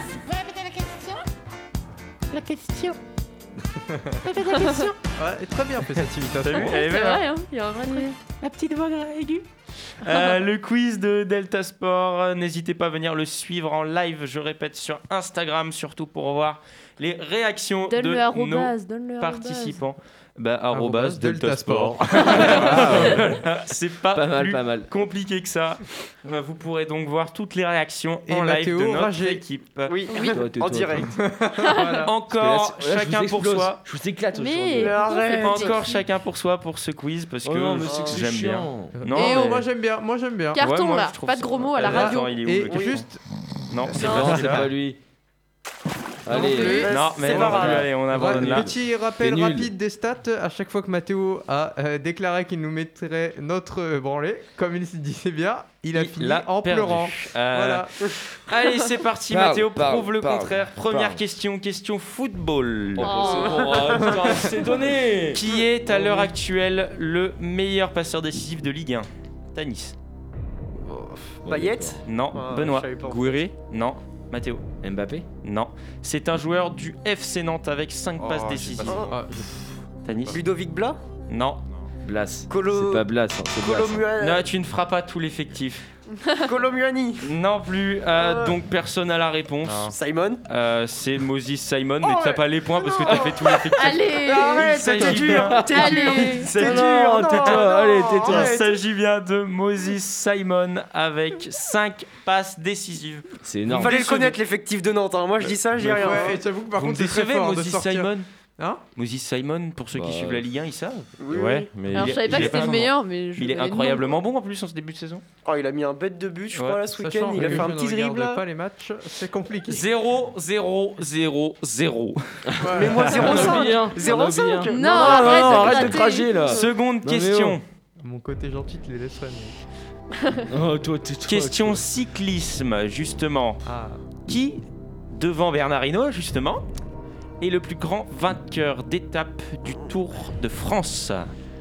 Ouais, très bien fait cette imitation. T'as vu? Elle est C'est belle, hein. vrai, hein, il y a un vrai truc. La petite voix aiguë. Le quiz de Delta Sport, n'hésitez pas à venir le suivre en live, je répète, sur Instagram, surtout pour voir les réactions Donne le de arrobase, nos donne le arrobase. participants. Arrobase Delta Delta Sport. Sport. C'est pas, Pas plus mal. compliqué que ça. Vous pourrez donc voir toutes les réactions Et en live Mathéo de notre Rager. équipe. Oui, Tais-toi. en direct. Encore chacun pour soi. Je vous éclate Mais aujourd'hui. arrête. Encore chacun pour soi pour ce quiz parce que Oh non, mais c'est que c'est j'aime bien. chiant. Non, Et oh, mais- moi j'aime bien. Carton moi, là, je trouve pas de ça- gros mots à la Attends, radio. il est où, Et le carton juste, Non, c'est Non, pas c'est celui-là. pas lui. Non Allez, plus. Non, mais C'est non pas plus, grave. allez, on abandonne là. petit rappel C'est nul. rapide des stats. À chaque fois que Mathéo a déclaré qu'il nous mettrait notre branlée, comme il se disait bien, il a fini l'a en perdu. pleurant. Voilà. Allez, c'est parti, Parle, Mathéo parle, prouve le parle, contraire. Première parle. question football. Oh. c'est donné. Qui est à l'heure actuelle le meilleur passeur décisif de Ligue 1? Tanis. Payet. Non. Ah, Benoît. je savais pas. Gouiri. Non. Mathéo. Mbappé. Non. C'est un joueur du FC Nantes avec 5 passes j'ai décisives. pas Ah, Tanis. Ludovic Blas. Non. Blas. Colo- C'est pas Blas, hein, c'est Blas. Non, tu ne feras pas tout l'effectif. Colomuani. Non plus. Donc personne n'a la réponse. Simon. C'est Moses Simon, mais t'as pas les points parce que t'as fait tout l'effectif. Allez, Arrête, s'agit t'es dur. bien. T'es allez. dur. C'est T'es dur, dur. tais-toi, Non, allez, non, tais-toi. Il arrête. s'agit bien de Moses Simon avec 5 passes décisives. C'est Il énorme. fallait le décevez. connaître l'effectif de Nantes. Hein. Moi je dis ça, j'ai rien. Ouais, et j'avoue que par Vous me contre, c'est très décevez, fort de Moses sortir. Simon. Hein Moses Simon, pour ceux qui Bah, suivent la Ligue 1, ils savent. Oui, Ouais, oui. mais Alors, je savais pas il que est c'était pas le meilleur, mais je Il est connais le nom. incroyablement bon en plus en ce début de saison. Oh, il a mis un bête de but, je Ouais. crois, là, ce week-end. Sachant Il a que fait un je petit ne dribble, regarde là. pas les matchs, c'est compliqué. 0-0-0-0. Mais moi, 0,5. 0,5. Non, arrête de arrête de gratter. cracher là. Seconde mais question. Mon côté gentil, tu les laisserais. Oh, toi, Question cyclisme, justement. Ah. Qui, devant Bernard Hinault, justement, est le plus grand vainqueur d'étape du Tour de France?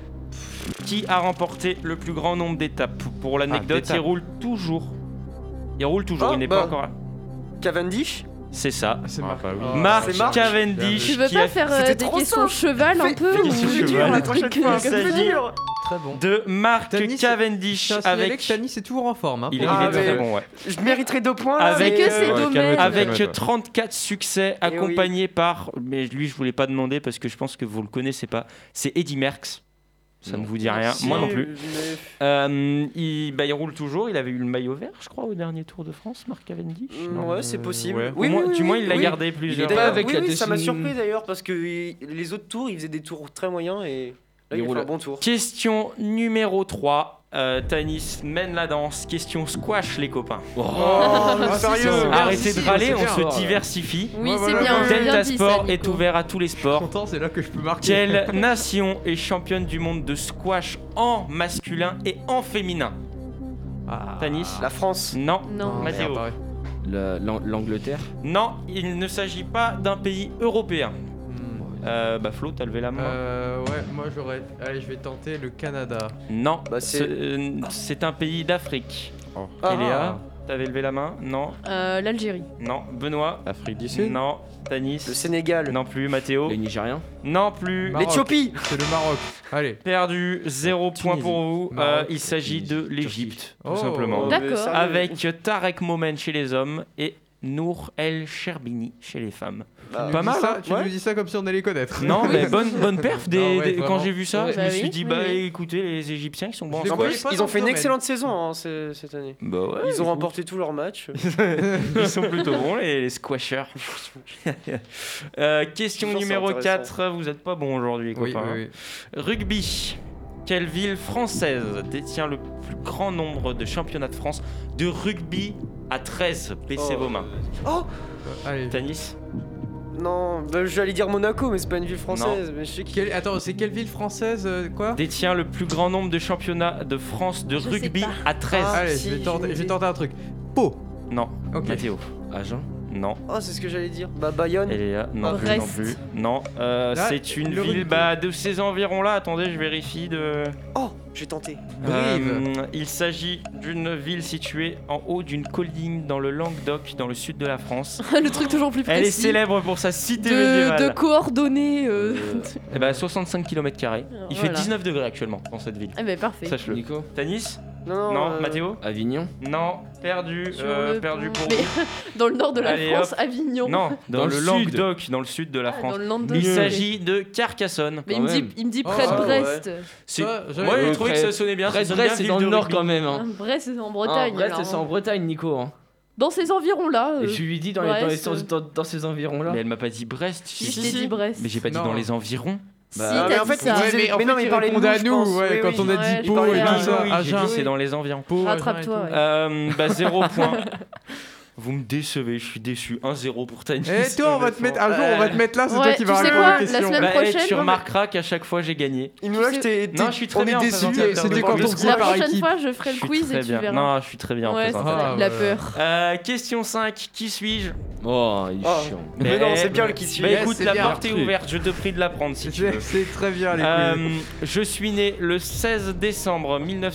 Qui a remporté le plus grand nombre d'étapes? Pour l'anecdote, d'étapes. il roule toujours. Il roule toujours, Ah, il n'est bah. pas encore là. Cavendish. C'est ça. C'est Ah, Marc. bah oui. Marc c'est Marc. Cavendish. Tu veux qui pas a faire C'était des trop questions simple. cheval un peu Fais ou questions des cheval, la trucs prochaine fois. comme C'est ça dur. Très bon. de Marc Tanis, Cavendish Je tiens à signaler avec. que Tanis est toujours en forme. Hein, Il est, pour- il est Ah, très mais- bon, ouais. Je mériterais 2 points. là, Avec- mais, que c'est Ouais, domaine. calme-toi, Avec calme-toi. 34 succès, Eh oui. accompagné par. Mais lui, je voulais pas demander parce que je pense que vous le connaissez pas. C'est Eddy Merckx. Ça ne vous dit rien. Si, Moi non plus. mais- Il roule toujours. Il avait eu le maillot vert, je crois, au dernier Tour de France, Marc Cavendish. Non. Ouais, c'est possible. ouais. Oui, Au moins- oui, du moins, oui, il l'a oui. gardé Il plusieurs est pas D'ailleurs, avec oui, la oui, ça m'a Tessin- surpris d'ailleurs parce que les autres tours, il faisait des tours très moyens et là, il a roule- fait un bon tour. Question numéro 3. Tanis mène la danse. Question squash, les copains. Oh, Ah, sérieux si, c'est bien. Arrêtez si, de si, râler, c'est on bien. se diversifie. Oui, Ouais, c'est voilà, bien. voilà. bien Delta dit, Sport ça, est Nico. ouvert à tous les sports. Content, c'est là que je peux marquer. Quelle nation est championne du monde de squash en masculin et en féminin? Ah. Tanis? La France. Non. Non. Oh, Mathéo. merde, pareil. L'Angleterre. Non, il ne s'agit pas d'un pays européen. Hmm. Flo, t'as levé la main. Ouais, moi j'aurais. Allez, je vais tenter le Canada. Non, Bah, c'est- c'est un pays d'Afrique. Ah. Eléa, t'avais levé la main? Non. L'Algérie. Non. Benoît? Afrique du Sud. Non. Tanis? Le Sénégal. Non plus. Mathéo? Les Nigériens. Non plus. Maroc. L'Éthiopie. C'est le Maroc. Allez. Perdu, 0 point Tunisie. pour vous. Maroc, Il s'agit de Tunisie, l'Égypte, tout Oh. simplement. mais D'accord. sérieux. Avec Tarek Momen chez les hommes et Nour El Sherbini chez les femmes. Bah, Pas mal, hein, Tu ouais. nous dis ça comme si on allait les connaître. Non, mais bonne perf. Non, ouais, Quand vraiment. j'ai vu ça, Ouais. je me Bah suis oui, dit, oui, oui. écoutez, les Égyptiens, ils sont bons en Je les En squash. voyais plus, pas ils dans ont ce fait une domaine. excellente saison hein, cette année. Bah ouais, Ils ont c'est remporté tous leurs matchs. Ils sont plutôt bons, les squashers. Question Toujours, c'est numéro intéressant. 4. Vous êtes pas bons aujourd'hui, Oui, copains. oui, oui. Rugby. Quelle ville française détient le plus grand nombre de championnats de France de rugby à 13? Baissez vos mains. Oh Allez. Ah, Tanis? non, bah, j'allais dire Monaco, mais c'est pas une ville française. Mais je sais qui. Attends, c'est quelle ville française quoi Détient le plus grand nombre de championnats de France de Je sais rugby pas. à 13. Ah. Allez, si, je vais j'ai tenter un truc. Pau. Non. Ok. Mathéo? Agen. Non. Oh, c'est ce que j'allais dire. Bah, Bayonne. Eléa? Non plus, Brest. non plus. Non. C'est une le ville rugby. de ces environs-là. Attendez, je vérifie de... Oh, j'ai tenté. Brive. Il s'agit d'une ville située en haut d'une colline dans le Languedoc, dans le sud de la France. Le truc toujours plus précis. Elle est célèbre pour sa cité de médiévale. coordonnées. Eh ben, 65 km². Il fait Voilà. 19 degrés actuellement dans cette ville. Ah, mais parfait. Sache-le. Nico. Tanis? Non, Non. Mathéo? Avignon. Non. Perdu. Sur le Perdu pont. pour Mais vous. dans le nord de la Allez, France, hop. Avignon. Non, dans le le sud. Languedoc, dans le sud de la Ah, France. dans le Languedoc. Il s'agit de Carcassonne. Mais quand même. il me dit Oh, près de ah, Brest. C'est... Ça, j'avais- Moi, j'ai Ouais, trouvé que près- ça sonnait bien. ça sonne Brest, bien c'est ville dans de le nord rugby. quand même. Ah, Hein. Brest, c'est en Ah, Bretagne. Brest, alors, c'est en hein. Bretagne, Nico. Hein. Dans ces environs-là. Et tu lui dis dans Brest, dans ces environs-là. Mais elle m'a pas dit Brest. Si, j'ai je t'ai dit Brest. Mais j'ai pas dit Non. dans les environs. Si, Bah, mais t'as en fait, dit ça. il disait- mais en mais non, fait, mais il il parlait de répondait nous, à je nous, pense. ouais, Oui, quand oui. on a Ouais, dit je Pau parlais et à- tout ça. Oui, j'ai Agen. dit c'est dans les environs. Pau, Rattrape-toi, Agen, ouais. 0 point. Vous me décevez, je suis déçu. 1-0 pour Tanis. Et toi, on va te mettre un jour, on va te mettre là, c'est toi Ouais, qui tu vas sais répondre quoi, aux la questions. semaine Bah, prochaine, tu non, mais- remarqueras qu'à chaque fois j'ai gagné. Il nous lâche, t'es. Non, je suis très on bien est en déçus. présentateur C'était de quand on podcast. faisait La par prochaine équipe. fois, je ferai Je le suis quiz très et tu bien. verras. Non, je suis très bien en Ouais, c'est présentateur. ça, Ah, la ouais. peur. Question 5, qui suis-je? Oh, il est Oh. chiant. Mais non, c'est bien le qui suit. Bah Yes, écoute, c'est la bien. porte est ouverte, je te prie de la prendre si tu veux. C'est très bien les quiz. Je suis né le 16 décembre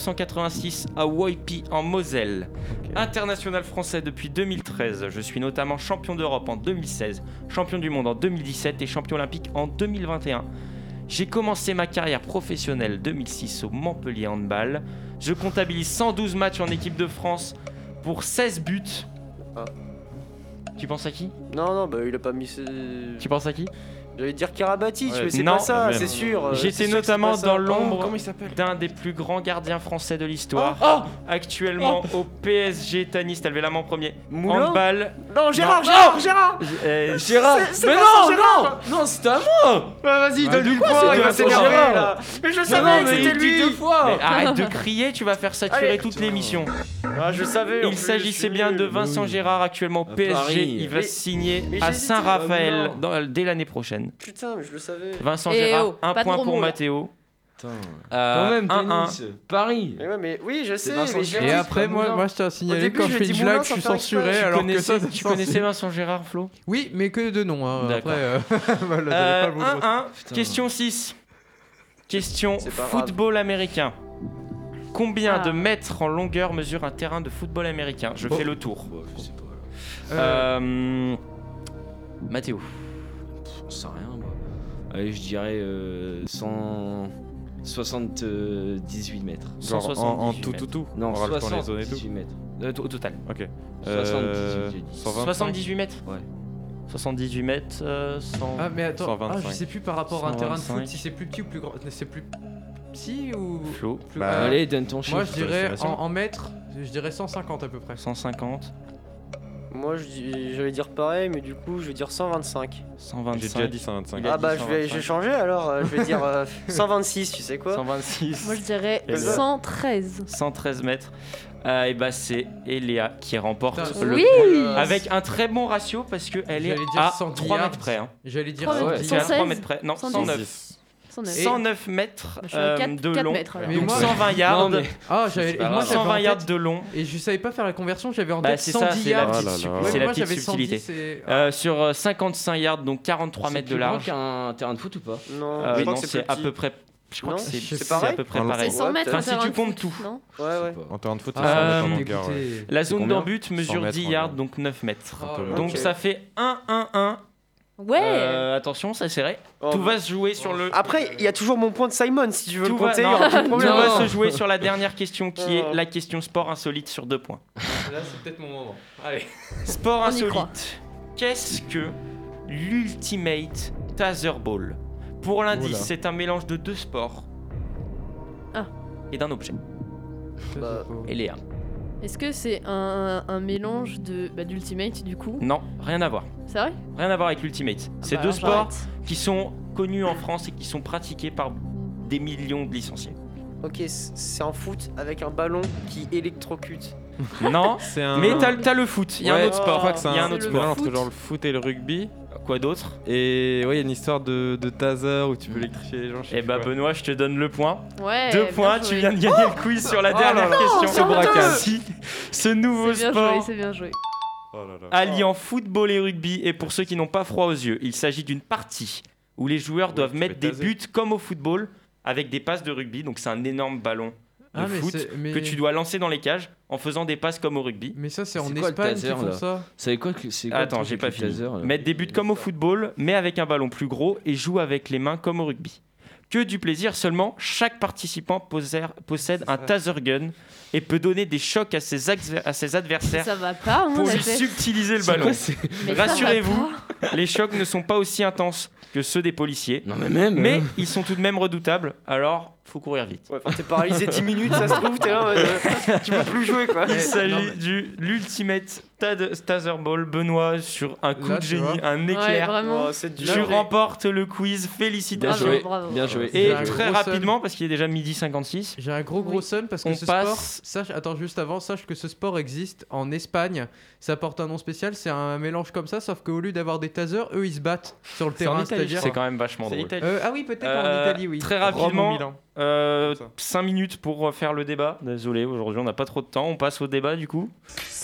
1986 à Waipi en Moselle. International français depuis 2013. Je suis notamment champion d'Europe en 2016, champion du monde en 2017 et champion olympique en 2021. J'ai commencé ma carrière professionnelle 2006 au Montpellier Handball. Je comptabilise 112 matchs en équipe de France pour 16 buts. Ah. Tu penses à qui? Non, non, bah il a pas mis. Tu penses à qui? J'allais dire Karabatic, Ouais, mais c'est non, pas ça, même. c'est sûr. J'étais c'est sûr que notamment c'est pas ça. dans l'ombre Comment il s'appelle d'un des plus grands gardiens français de l'histoire. Actuellement au PSG, Tanis, t'as levé la main en premier. Moulin Handball. Non, Gérard. Gérard Gérard. C'est Mais pas non, ça, Gérard. non, c'était à moi. Vas-y, Ouais, donne-lui le quoi, point, c'est il va quoi, s'énerver Gérard là. Mais je le Non, savais que mais c'était il dit lui. 2 fois. Mais arrête de crier, tu vas faire saturer Allez. toute l'émission. Ah, je savais. en Il plus, s'agissait je suis bien nul. de Vincent Gérard, actuellement au À PSG. Paris. Il va Mais- signer mais à j'hésitais. Saint-Raphaël Non. dès l'année prochaine. Putain, mais je le savais. Vincent Eh Gérard, oh, un pas de point gros pour mots, là. Mathéo. Putain. Quand même, 1-1. tennis. Paris. Mais ouais, mais oui, je sais. Vincent Mais Gérard. Et j'ai- après, pas Moulin. moi je tiens à signaler début, quand je je fais dis une Moulin blague, sans je suis faire exprès. censuré. Tu Alors que connaissais, ça, tu connaissais Vincent Gérard, Flo? Oui, mais que de nom. Hein. D'accord. Après, voilà, j'avais pas le bon de 1-1. Putain. Question 6. Question C'est pas grave. football américain. Combien Ah. de mètres en longueur mesure un terrain de football américain? Je Bon. fais le tour. Bon, je sais pas. Mathéo. On sait rien, moi. Allez, je dirais 178 mètres. Genre 178 en tout, mètres. tout, tout. Non, En rajoutant les zones et tout. 78 mètres. Au total. Ok. 78, j'ai dit. 125. 78 mètres. Ouais. 78 mètres, 100. Ah, mais attends, 125. je sais plus par rapport à un terrain de 125. foot si c'est plus petit ou plus grand. C'est plus petit ou. Flo. plus Bah, grand Allez, donne ton chiffre. Moi je dirais estimation. en mètres, je dirais 150 à peu près. 150. Moi, j'allais dire pareil, mais du coup, je vais dire 125. 125. J'ai déjà dit 125. Il a Ah bah, dit je vais 125. changer alors. Je vais dire 126, tu sais quoi? 126. Moi je dirais Et là 113. 113 mètres. Et bah c'est Eléa qui remporte Putain, le Oui. point. Avec un très bon ratio parce qu'elle est J'allais dire à 100 3 yards. mètres près. Hein. J'allais dire 3 mètres. C'est à 3 116. mètres près. Non, 110. 109. 109. 109 mètres Je suis à 4 de long. mètres alors. Mais Donc moi- 120 yards. Non, mais- Ah, j'avais Donc moi, j'avais en 120 yards tête- de long. Et je savais pas faire la conversion, j'avais en Bah, tête c'est 110 ça, c'est la yards. Ah petite, là là. Ouais, c'est mais la moi petite j'avais 110 subtilité. et... Sur 55 yards, donc 43 mètres de C'est plus grand large. qu'un terrain de foot ou pas? Non, Euh, je crois non, que c'est plus à petit. peu près. Je crois Non, que c'est c'est c'est pareil à peu près Enfin, pareil. C'est 100 mètres Enfin, un si terrain tu de comptes foot, tout. non Ouais, ouais. En terrain de foot, c'est Ah, 100 mètres en mais longueur. ouais. écoutez, La zone combien d'en but 100 mesure mètres 10 en yards, long. donc 9 mètres. Oh là là. Donc Ok. ça fait 1-1-1. Ouais. Attention, c'est serré. Oh, Tout bah. va se jouer sur le. Après, il y a toujours mon point de Simon si tu veux Tout le va, compter. il y non, aura plus de tout problème. va Non. se jouer sur la dernière question qui est Oh. la question sport insolite sur 2 points. Là, c'est peut-être mon moment. Allez. Sport On y croit. insolite. Qu'est-ce que l'Ultimate Taser Ball? Pour l'indice, Oula. c'est un mélange de 2 sports Ah. et d'un objet. Bah, Et Léa. Est-ce que c'est un mélange de d'Ultimate du coup? Non, rien à voir. C'est vrai? Rien à voir avec l'Ultimate. C'est Bah, 2 alors, sports j'arrête. qui sont connus en France et qui sont pratiqués par des millions de licenciés. Ok, c'est un foot avec un ballon qui électrocute. Non, C'est un. mais t'as le foot. Il y a un Ouais, autre Je sport. crois que c'est Il y a un un autre le sport. mélange entre foot. genre le foot et le rugby. Quoi d'autre? Et ouais, il y a une histoire de taser où tu peux électrifier les gens. je sais Eh plus bah quoi. Benoît, je te donne le point. Ouais. 2 bien points, joué. tu viens de gagner le quiz sur la dernière question. Ce braquage. Si, ce nouveau C'est bien joué, sport c'est bien joué. Oh là là. alliant football et rugby, et pour ceux qui n'ont pas froid aux yeux, il s'agit d'une partie où les joueurs doivent tu mettre peux des taser. buts comme au football avec des passes de rugby. Donc c'est un énorme ballon de Ah, mais foot c'est- mais- que tu dois lancer dans les cages en faisant des passes comme au rugby. Mais ça, c'est en C'est quoi le Espagne taser, qu'ils font là ça. C'est quoi que c'est quoi le Attends, truc j'ai avec pas le fini. taser, là Mettre des buts comme au football, mais avec un ballon plus gros et joue avec les mains comme au rugby. Que du plaisir seulement, chaque participant possède un taser gun et peut donner des chocs à ses adversaires Ça va pas, hein, pour la lui tête. subtiliser le C'est ballon. quoi, c'est- Mais ça va Rassurez-vous, pas. les chocs ne sont pas aussi intenses que ceux des policiers, Non, mais même. mais ils sont tout de même redoutables, alors faut courir vite. Ouais, enfin, t'es paralysé 10 minutes, ça se trouve, t'es là en mode, tu peux plus jouer quoi. Il non, s'agit mais- du l'Ultimate Taser Ball. Benoît, sur un coup Là, de tu génie, vois. un Ouais, éclair, vraiment. Oh, c'est dur. tu Là, mais- remportes le quiz. Bien Félicitations. joué. Bravo. Bien joué. Et J'ai un très gros rapidement, parce qu'il est déjà midi 56, J'ai un gros Oui. son parce que On ce passe- sport, attends juste avant, sache que ce sport existe en Espagne. Ça porte un nom spécial, c'est un mélange comme ça, sauf qu'au lieu d'avoir des tasers, eux ils se battent sur le C'est en terrain. Italie, C'est-à-dire. c'est quand même vachement drôle. Ah oui, peut-être Euh, en Italie, oui. Très Rome ou rapidement, Milan. 5 minutes pour faire le débat. Désolé, aujourd'hui on n'a pas trop de temps. On passe au débat du coup.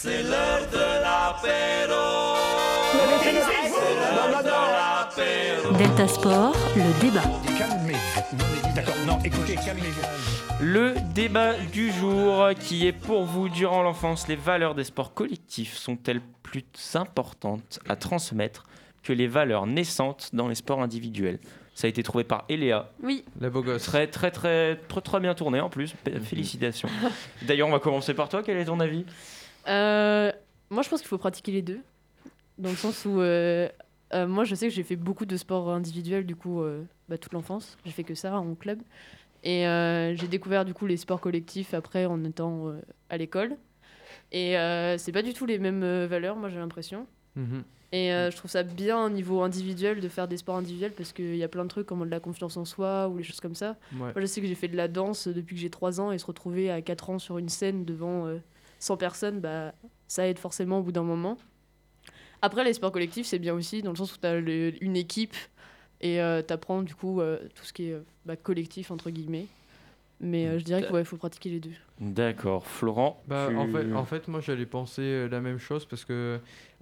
Delta Sport, le débat. Calmez-vous. D'accord, non, écoutez, calmez-vous. Le débat du jour qui est pour vous durant l'enfance, les valeurs des sports collectifs sont-elles plus importantes à transmettre que les valeurs naissantes dans les sports individuels? Ça a été trouvé par Eléa. Oui. La beau gosse. Très bien tourné en plus. Félicitations. D'ailleurs, on va commencer par toi. Quel est ton avis? Moi, je pense qu'il faut pratiquer les deux. Dans le sens où Moi, je sais que j'ai fait beaucoup de sports individuels, du coup, toute l'enfance. J'ai fait que ça en club. Et j'ai découvert, du coup, les sports collectifs après en étant à l'école. Et c'est pas du tout les mêmes valeurs, moi, j'ai l'impression. Mhm. Et je trouve ça bien au niveau individuel de faire des sports individuels parce qu'il y a plein de trucs comme de la confiance en soi ou les choses comme ça. Ouais. Moi, je sais que j'ai fait de la danse depuis que j'ai 3 ans et se retrouver à 4 ans sur une scène devant 100 personnes, ça aide forcément au bout d'un moment. Après, les sports collectifs, c'est bien aussi dans le sens où tu as une équipe et tu apprends du coup tout ce qui est collectif, entre guillemets. Mais je dirais qu'il faut pratiquer les deux. D'accord. Florent, En fait, moi j'allais penser la même chose parce que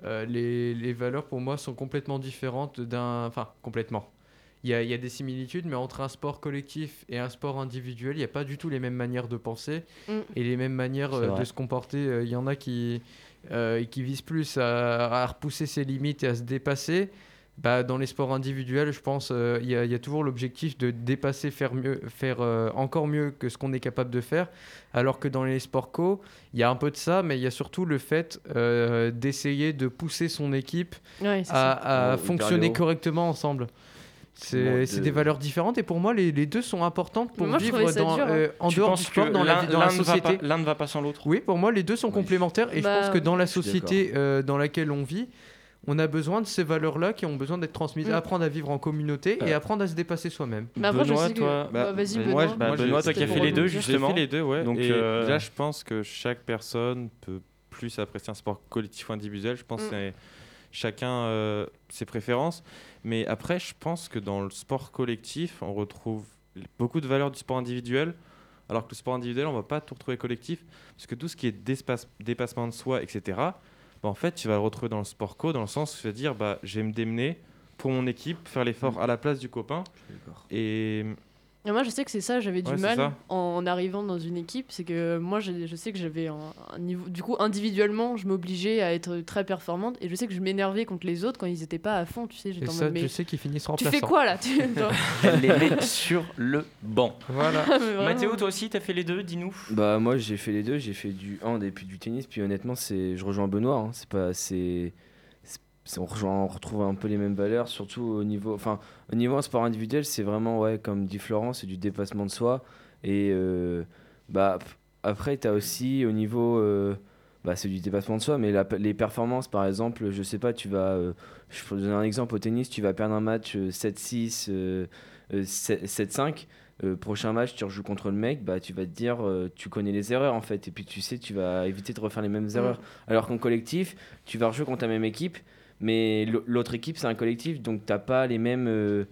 les valeurs pour moi sont complètement différentes Enfin, complètement. Il y a des similitudes, mais entre un sport collectif et un sport individuel, il n'y a pas du tout les mêmes manières de penser et les mêmes manières de se comporter. Il y en a qui visent plus à repousser ses limites et à se dépasser. Dans les sports individuels, je pense il y a toujours l'objectif de dépasser, faire encore mieux que ce qu'on est capable de faire, alors que dans les sports co, il y a un peu de ça, mais il y a surtout le fait d'essayer de pousser son équipe à fonctionner correctement ensemble. C'est des valeurs différentes et pour moi les deux sont importantes pour vivre en dehors du sport, dans la société. L'un ne va pas sans l'autre. Oui, pour moi les deux sont complémentaires et je pense que dans la société dans laquelle on vit, on a besoin de ces valeurs-là qui ont besoin d'être transmises. Apprendre à vivre en communauté et apprendre à se dépasser soi-même. Benoît, toi, vas-y, Benoît. Benoît, toi qui as fait les deux, justement. J'ai fait les deux, ouais. Donc, et là, je pense que chaque personne peut plus apprécier un sport collectif ou individuel. Je pense que c'est chacun ses préférences. Mais après, je pense que dans le sport collectif, on retrouve beaucoup de valeurs du sport individuel. Alors que le sport individuel, on ne va pas tout retrouver collectif. Parce que tout ce qui est dépassement de soi, etc., en fait, tu vas le retrouver dans le sport co, dans le sens où tu vas dire, je vais me démener pour mon équipe, faire l'effort à la place du copain. Et moi, je sais que c'est ça, j'avais du mal en arrivant dans une équipe. C'est que moi, je sais que j'avais un niveau. Du coup, individuellement, je m'obligeais à être très performante. Et je sais que je m'énervais contre les autres quand ils n'étaient pas à fond. Tu sais, j'étais en mode. Je sais qu'ils finissent remplaçants. Tu fais quoi là? Elle les met sur le banc. Voilà. Mathéo, toi aussi, t'as fait les deux, dis-nous. Moi, j'ai fait les deux. J'ai fait du hand et puis du tennis. Puis honnêtement, je rejoins Benoît. Hein. On retrouve un peu les mêmes valeurs, surtout au niveau sport individuel, c'est vraiment, comme dit Florent, c'est du dépassement de soi. Et après, tu as aussi au niveau, c'est du dépassement de soi, mais les performances, par exemple, je sais pas, je peux donner un exemple au tennis, tu vas perdre un match 7-6, 7-5. Prochain match, tu rejoues contre le mec, tu vas te dire, tu connais les erreurs en fait, et puis tu sais, tu vas éviter de refaire les mêmes erreurs. Alors qu'en collectif, tu vas rejouer contre la même équipe. Mais l'autre équipe, c'est un collectif, donc t'as pas les mêmes,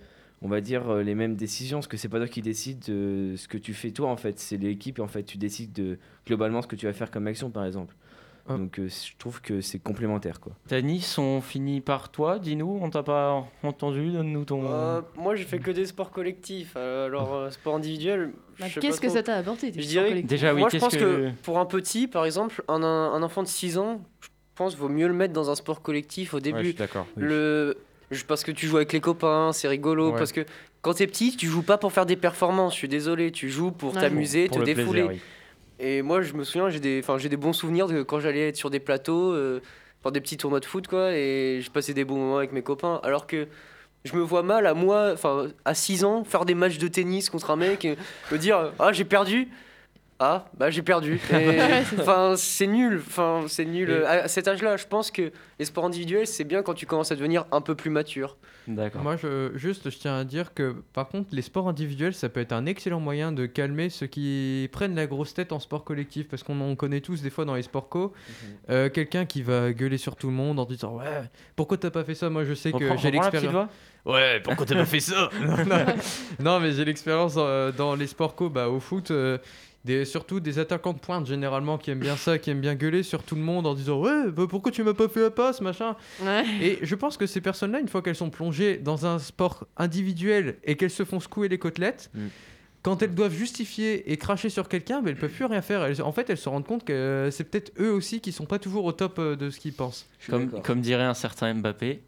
les mêmes décisions, parce que c'est pas toi qui décides de ce que tu fais toi, en fait. C'est l'équipe, et en fait, tu décides de globalement ce que tu vas faire comme action, par exemple. Donc je trouve que c'est complémentaire, quoi. Tanis, on finit par toi, dis-nous, on t'a pas entendu, donne-nous ton... Moi, j'ai fait que des sports collectifs, alors sport individuel... qu'est-ce que ça t'a apporté, je dirais, déjà, oui, moi, je pense que pour un petit, par exemple, un enfant de 6 ans... Je pense qu'il vaut mieux le mettre dans un sport collectif au début. Ouais, je suis d'accord. Parce que tu joues avec les copains, c'est rigolo. Parce que quand t'es petit, tu joues pas pour faire des performances. Je suis désolé, tu joues pour t'amuser, te défouler. Plaisir, oui. Et moi, je me souviens, j'ai des bons souvenirs de quand j'allais être sur des plateaux, faire des petits tournois de foot, quoi, et je passais des bons moments avec mes copains. Alors que je me vois mal à 6 ans, faire des matchs de tennis contre un mec et me dire « Ah, j'ai perdu !» j'ai perdu. C'est nul. À cet âge-là, je pense que les sports individuels, c'est bien quand tu commences à devenir un peu plus mature. D'accord. Moi, je tiens à dire que, par contre, les sports individuels, ça peut être un excellent moyen de calmer ceux qui prennent la grosse tête en sport collectif. Parce qu'on connaît tous, des fois, dans les sports co, quelqu'un qui va gueuler sur tout le monde en disant « Ouais, pourquoi t'as pas fait ça ?» Moi, je sais que j'ai l'expérience. Ouais, pourquoi t'as pas fait ça? Non, mais j'ai l'expérience dans les sports co, au foot... surtout des attaquants de pointe généralement qui aiment bien ça, qui aiment bien gueuler sur tout le monde en disant pourquoi tu m'as pas fait la passe, machin. Et je pense que ces personnes-là, une fois qu'elles sont plongées dans un sport individuel et qu'elles se font secouer les côtelettes, quand elles doivent justifier et cracher sur quelqu'un, elles peuvent plus rien faire. Elles se rendent compte que c'est peut-être eux aussi qui sont pas toujours au top de ce qu'ils pensent. Comme dirait un certain Mbappé.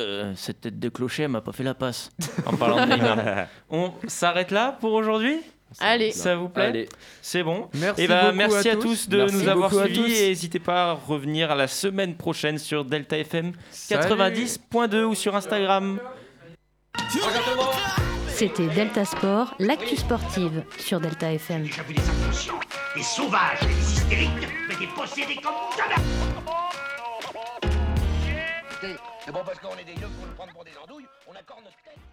Cette tête de clocher, elle m'a pas fait la passe. En parlant de Neymar. On s'arrête là pour aujourd'hui ? Allez. Ça vous plaît? Allez. C'est bon. Merci Merci à tous de Merci nous avoir beaucoup à suivis tous. et n'hésitez pas à revenir la semaine prochaine sur Delta FM Salut. 90.2 ou sur Instagram. C'était Delta Sport, l'actu sportive sur Delta FM. J'ai déjà vu des inconscients, des sauvages, des hystériques, mais des possédés comme jamais. C'est bon parce qu'on est des yeux pour nous prendre pour des andouilles, on accorde notre tête.